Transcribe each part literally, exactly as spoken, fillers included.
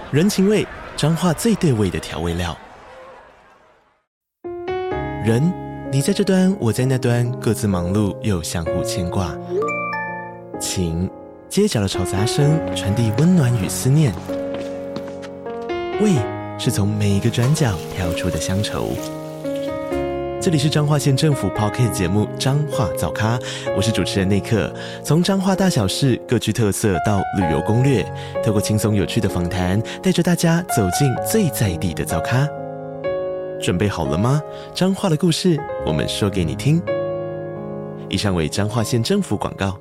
人情味，彰化最对味的调味料。人，你在这端，我在那端，各自忙碌又相互牵挂。情，街角的吵杂声传递温暖与思念。味，是从每一个转角跳出的乡愁。这里是彰化县政府 Podcast 节目《彰化早咖》，我是主持人内克。从彰化大小事各具特色到旅游攻略，透过轻松有趣的访谈，带着大家走进最在地的早咖。准备好了吗？彰化的故事，我们说给你听。以上为彰化县政府广告。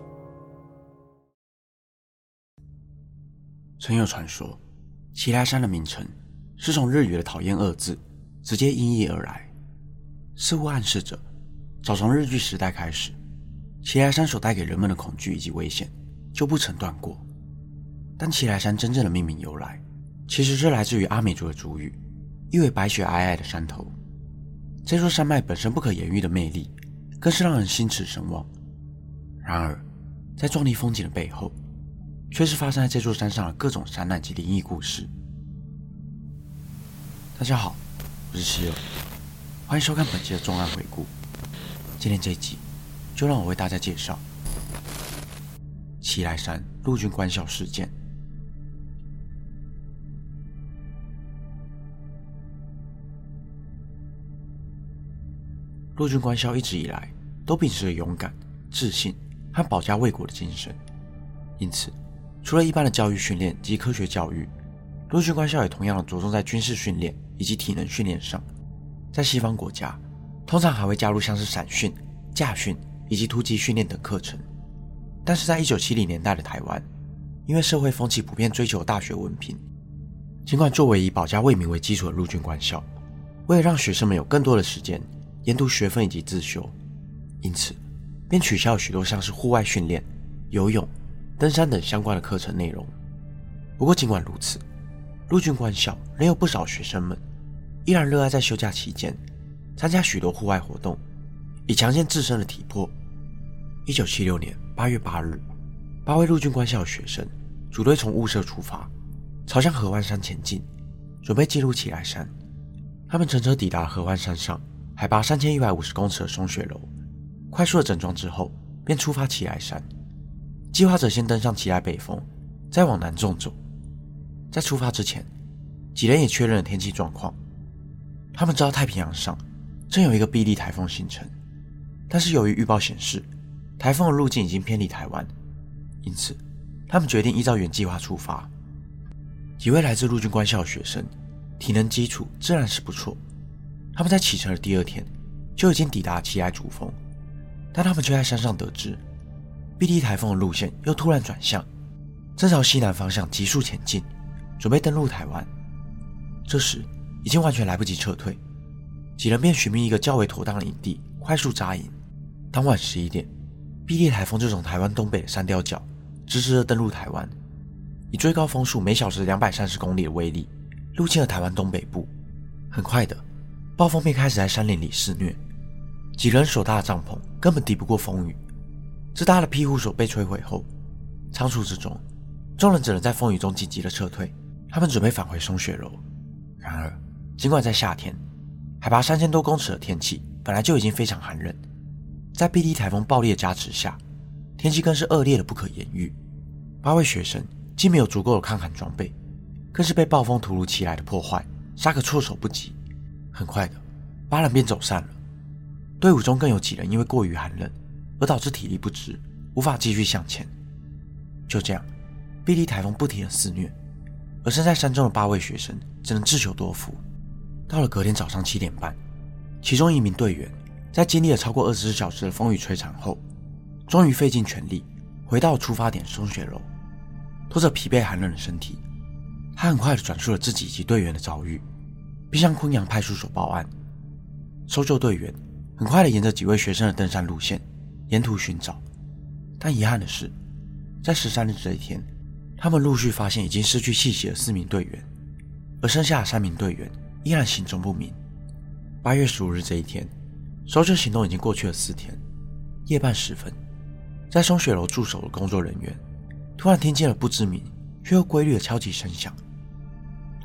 曾有传说，奇莱山的名称是从日语的讨厌二字直接音译而来，似乎暗示着早从日据时代开始，奇莱山所带给人们的恐惧以及危险就不曾断过。但奇莱山真正的命名由来其实是来自于阿美族的族语，意为白雪皑皑的山头。这座山脉本身不可言喻的魅力更是让人心驰神往，然而在壮丽风景的背后，却是发生在这座山上的各种山难及灵异故事。大家好，我是希尔，欢迎收看本期的重案回顾。今天这一集就让我为大家介绍奇莱山陆军官校事件。陆军官校一直以来都秉持着勇敢、自信和保家卫国的精神，因此除了一般的教育训练及科学教育，陆军官校也同样的着重在军事训练以及体能训练上。在西方国家，通常还会加入像是闪训、驾训以及突击训练等课程。但是在一九七零年代的台湾，因为社会风气普遍追求大学文凭，尽管作为以保家卫民为基础的陆军官校，为了让学生们有更多的时间研读学分以及自修，因此便取消了许多像是户外训练、游泳、登山等相关的课程内容。不过尽管如此，陆军官校仍有不少学生们依然热爱在休假期间参加许多户外活动，以强健自身的体魄。一九七六年八月八日，八位陆军官校的学生组队从雾社出发，朝向合欢山前进，准备进入奇莱山。他们乘车抵达合欢山上海拔三千一百五十公尺的松雪楼，快速的整装之后便出发奇莱山。计划着先登上奇莱北峰，再往南纵走。在出发之前，几人也确认了天气状况。他们知道太平洋上正有一个碧莉台风形成，但是由于预报显示台风的路径已经偏离台湾，因此他们决定依照原计划出发。几位来自陆军官校的学生体能基础自然是不错，他们在启程的第二天就已经抵达奇莱主峰，但他们却在山上得知碧莉台风的路线又突然转向，正朝西南方向急速前进，准备登陆台湾。这时已经完全来不及撤退，几人便寻觅一个较为妥当的营地快速扎营。当晚十一点，碧莉台风就从台湾东北的山雕角直直地登陆台湾，以最高风速每小时两百三十公里的威力入侵了台湾东北部。很快的，暴风便开始在山林里肆虐，几人所搭的帐篷根本敌不过风雨，自搭的庇护所被摧毁后，仓促之中众人只能在风雨中紧急的撤退。他们准备返回松雪楼，然而尽管在夏天，海拔三千多公尺的天气本来就已经非常寒冷，在碧莉台风暴力的加持下，天气更是恶劣的不可言喻。八位学生既没有足够的抗寒装备，更是被暴风突如其来的破坏杀个措手不及。很快的，八人便走散了。队伍中更有几人因为过于寒冷而导致体力不支，无法继续向前。就这样，碧莉台风不停的肆虐，而身在山中的八位学生只能自求多福。到了隔天早上七点半，其中一名队员在经历了超过二十四小时的风雨摧残后，终于费尽全力回到出发点松雪楼。拖着疲惫寒冷的身体，他很快地转述了自己以及队员的遭遇，并向昆阳派出所报案。搜救队员很快地沿着几位学生的登山路线沿途寻找，但遗憾的是，在十三日这一天，他们陆续发现已经失去气息的四名队员，而剩下的三名队员依然行踪不明。八月十五日这一天，搜救行动已经过去了四天。夜半时分，在松雪楼驻守的工作人员突然听见了不知名却又规律的敲击声响。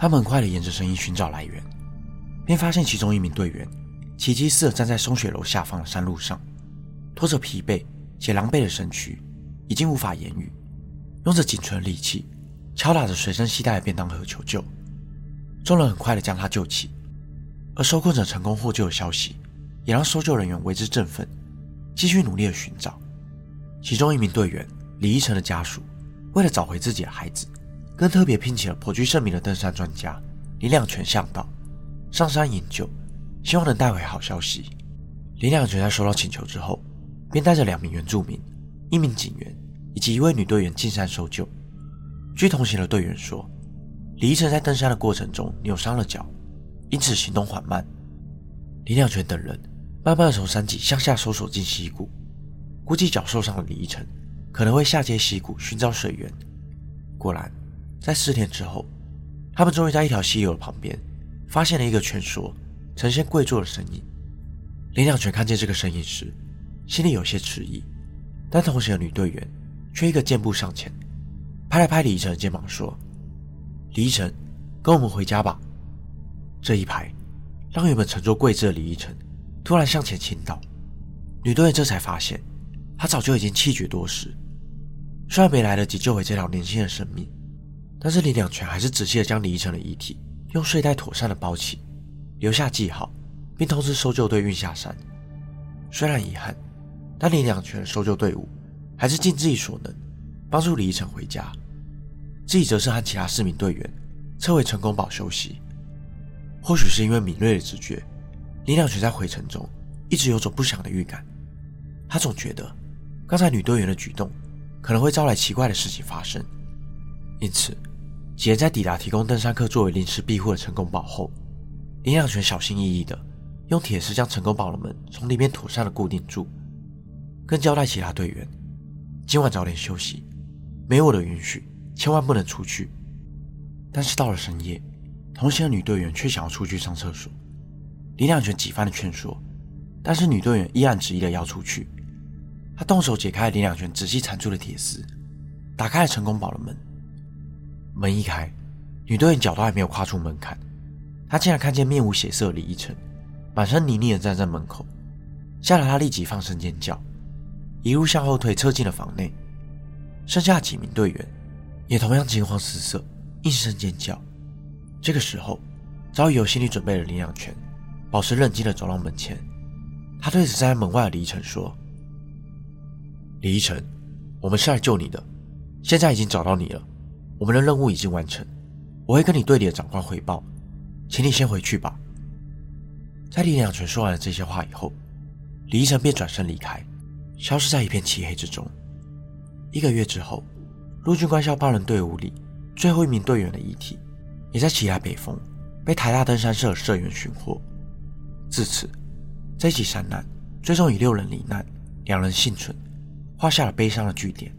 他们很快地沿着声音寻找来源，便发现其中一名队员奇迹似的站在松雪楼下方的山路上，拖着疲惫且狼狈的身躯，已经无法言语，用着仅存的力气敲打着随身携带的便当盒求救。众人很快地将他救起，而受困者成功获救的消息也让搜救人员为之振奋，继续努力地寻找。其中一名队员李一成的家属为了找回自己的孩子，更特别聘请了颇具盛名的登山专家林两全向导上山营救，希望能带回好消息。林两全在收到请求之后，便带着两名原住民、一名警员以及一位女队员进山搜救。据同行的队员说，李一成在登山的过程中扭伤了脚，因此行动缓慢。林两全等人慢慢地从山脊向下搜索进溪谷，估计脚受伤的李一成可能会下接溪谷寻找水源。果然，在四天之后，他们终于在一条溪流的旁边发现了一个蜷缩呈现跪坐的身影。林两全看见这个身影时，心里有些迟疑，但同行的女队员却一个箭步上前，拍了拍李一成的肩膀说：“李一成，跟我们回家吧。”这一拍让原本沉坐跪姿的李一成突然向前倾倒，女队员这才发现他早就已经气绝多时。虽然没来得及救回这条年轻的生命，但是林两全还是仔细地将李一成的遗体用睡袋妥善地包起，留下记号，并通知搜救队运下山。虽然遗憾，但林两全的搜救队伍还是尽自己所能帮助李一成回家，自己则是和其他四名队员撤回成功堡休息。或许是因为敏锐的直觉，林两全在回程中一直有种不祥的预感。他总觉得刚才女队员的举动可能会招来奇怪的事情发生，因此几人在抵达提供登山客作为临时庇护的成功堡后，林两全小心翼翼地用铁丝将成功堡的门从里面妥善地固定住，更交代其他队员今晚早点休息，没有我的允许千万不能出去。但是到了深夜，同行的女队员却想要出去上厕所，林两全几番的劝说，但是女队员依然执意的要出去。他动手解开了林两全仔细缠住的铁丝，打开了成功堡的门。门一开，女队员脚都还没有跨出门槛，她竟然看见面无血色的李一成满身泥泞的站在门口，吓得她立即放声尖叫，一路向后退撤进了房内。剩下几名队员也同样惊慌失色，应声尖叫。这个时候，早已有心理准备的林两全保持冷静地走到门前，他对着站在门外的李一成说：“李一成，我们是来救你的，现在已经找到你了，我们的任务已经完成，我会跟你队里的长官汇报，请你先回去吧。”在李两全说完了这些话以后，李一成便转身离开，消失在一片漆黑之中。一个月之后，陆军官校八人队伍里最后一名队员的遗体也在奇来北峰被台大登山社的社员寻获。自此，这起山难最终以六人罹难，两人幸存，画下了悲伤的句点。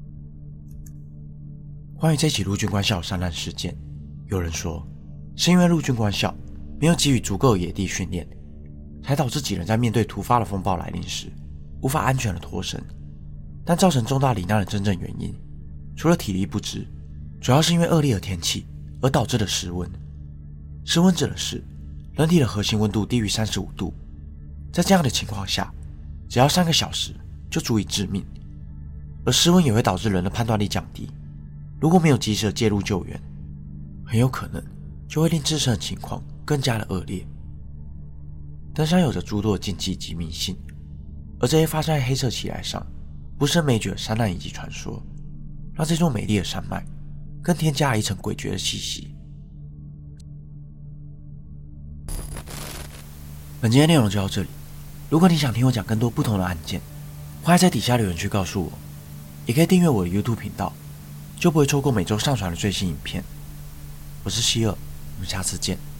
关于这起陆军官校山难事件，有人说是因为陆军官校没有给予足够的野地训练，才导致几人在面对突发的风暴来临时无法安全的脱身。但造成重大罹难的真正原因，除了体力不支，主要是因为恶劣的天气而导致的失温。失温指的是人体的核心温度低于三十五度，在这样的情况下，只要三个小时就足以致命。而失温也会导致人的判断力降低，如果没有及时的介入救援，很有可能就会令自身的情况更加的恶劣。登山有着诸多的禁忌及迷信，而这些发生在黑色奇来上不胜枚举的山难以及传说，让这座美丽的山脉更添加了一层诡谲的气息。本期的内容就到这里，如果你想听我讲更多不同的案件，欢迎在底下留言区告诉我，也可以订阅我的 YouTube 频道，就不会错过每周上传的最新影片。我是希尔，我们下次见。